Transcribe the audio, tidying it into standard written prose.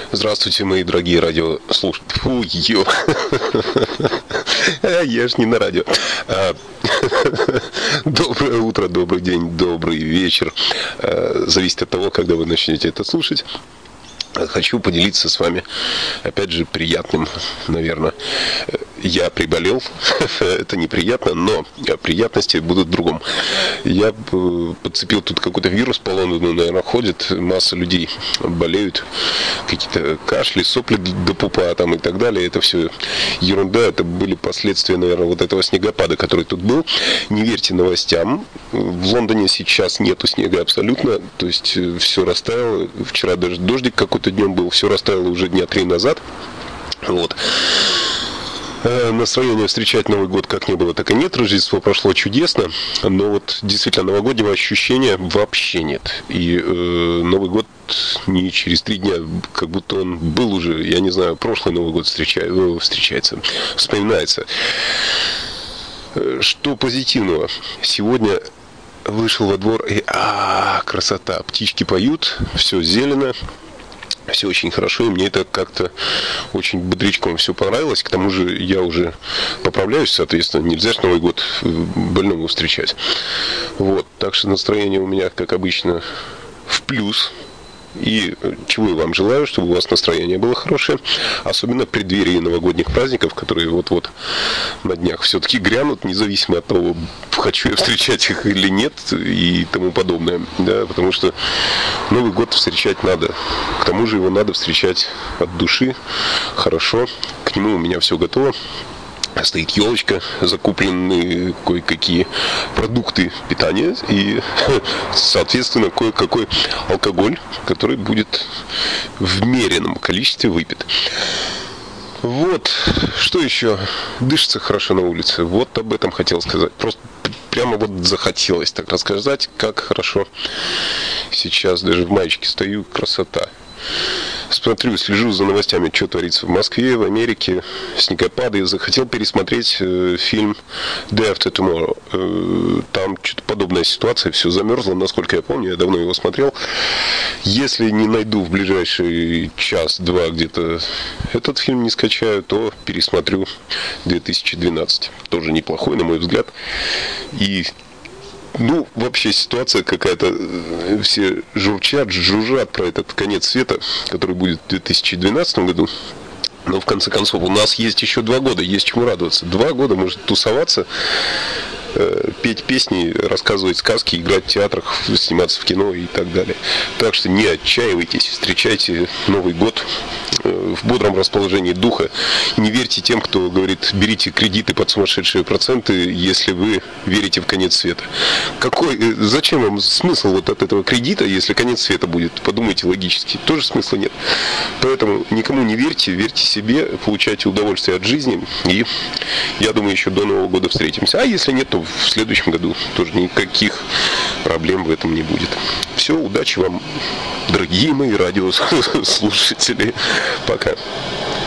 Здравствуйте, мои дорогие радиослушатели. Фу, ё. Я ж не на радио. Доброе утро, добрый день, добрый вечер. Зависит от того, когда вы начнете это слушать. Хочу поделиться с вами, опять же, приятным, наверное. Я приболел, это неприятно, но приятности будут в другом. Я подцепил тут какой-то вирус по Лондону, наверное, ходит, масса людей болеют, какие-то кашли, сопли до пупа там и так далее. Это все ерунда, это были последствия, наверное, вот этого снегопада, который тут был. Не верьте новостям. В Лондоне сейчас нету снега абсолютно, то есть все растаяло. Вчера даже дождик какой-то днем был, все растаяло уже дня 3 назад. Вот. Настроение встречать Новый год как не было, так и нет. Рождество прошло чудесно, но вот действительно новогоднего ощущения вообще нет. И Новый год не через 3 дня, как будто он был уже, я не знаю, прошлый Новый год встречается, вспоминается. Что позитивного? Сегодня вышел во двор и красота, птички поют, все зелено. Все очень хорошо, и мне это как-то очень бодрячком все понравилось. К тому же я уже поправляюсь, соответственно, нельзя же Новый год больному встречать. Вот, так что настроение у меня, как обычно, в плюс. И чего я вам желаю, чтобы у вас настроение было хорошее, особенно в преддверии новогодних праздников, которые вот-вот на днях все-таки грянут, независимо от того, хочу я встречать их или нет и тому подобное, да, потому что Новый год встречать надо, к тому же его надо встречать от души, хорошо, к нему у меня все готово. Стоит елочка, закуплены кое-какие продукты питания и, соответственно, кое-какой алкоголь, который будет в меренном количестве выпит. Вот, что еще? Дышится хорошо на улице. Вот об этом хотел сказать. Просто прямо вот захотелось так рассказать, как хорошо сейчас даже в маечке стою, красота. Смотрю, слежу за новостями, что творится в Москве, в Америке, снегопады. Захотел пересмотреть фильм Day After Tomorrow. Там что-то подобная ситуация, все замерзло, насколько я помню, я давно его смотрел. Если не найду в ближайший час-два где-то этот фильм не скачаю, то пересмотрю 2012. Тоже неплохой, на мой взгляд. И вообще ситуация какая-то, все жужжат про этот конец света, который будет в 2012 году. Но в конце концов у нас есть еще 2 года, есть чему радоваться. 2 года может тусоваться, петь песни, рассказывать сказки, играть в театрах, сниматься в кино и так далее. Так что не отчаивайтесь, встречайте Новый год в бодром расположении духа. Не верьте тем, кто говорит, берите кредиты под сумасшедшие проценты, если вы верите в конец света. Зачем вам смысл вот от этого кредита, если конец света будет? Подумайте логически. Тоже смысла нет. Поэтому никому не верьте, верьте себе, получайте удовольствие от жизни. И я думаю, еще до Нового года встретимся. А если нет, то в следующем году тоже никаких проблем в этом не будет. Все, удачи вам, дорогие мои радиослушатели. Пока.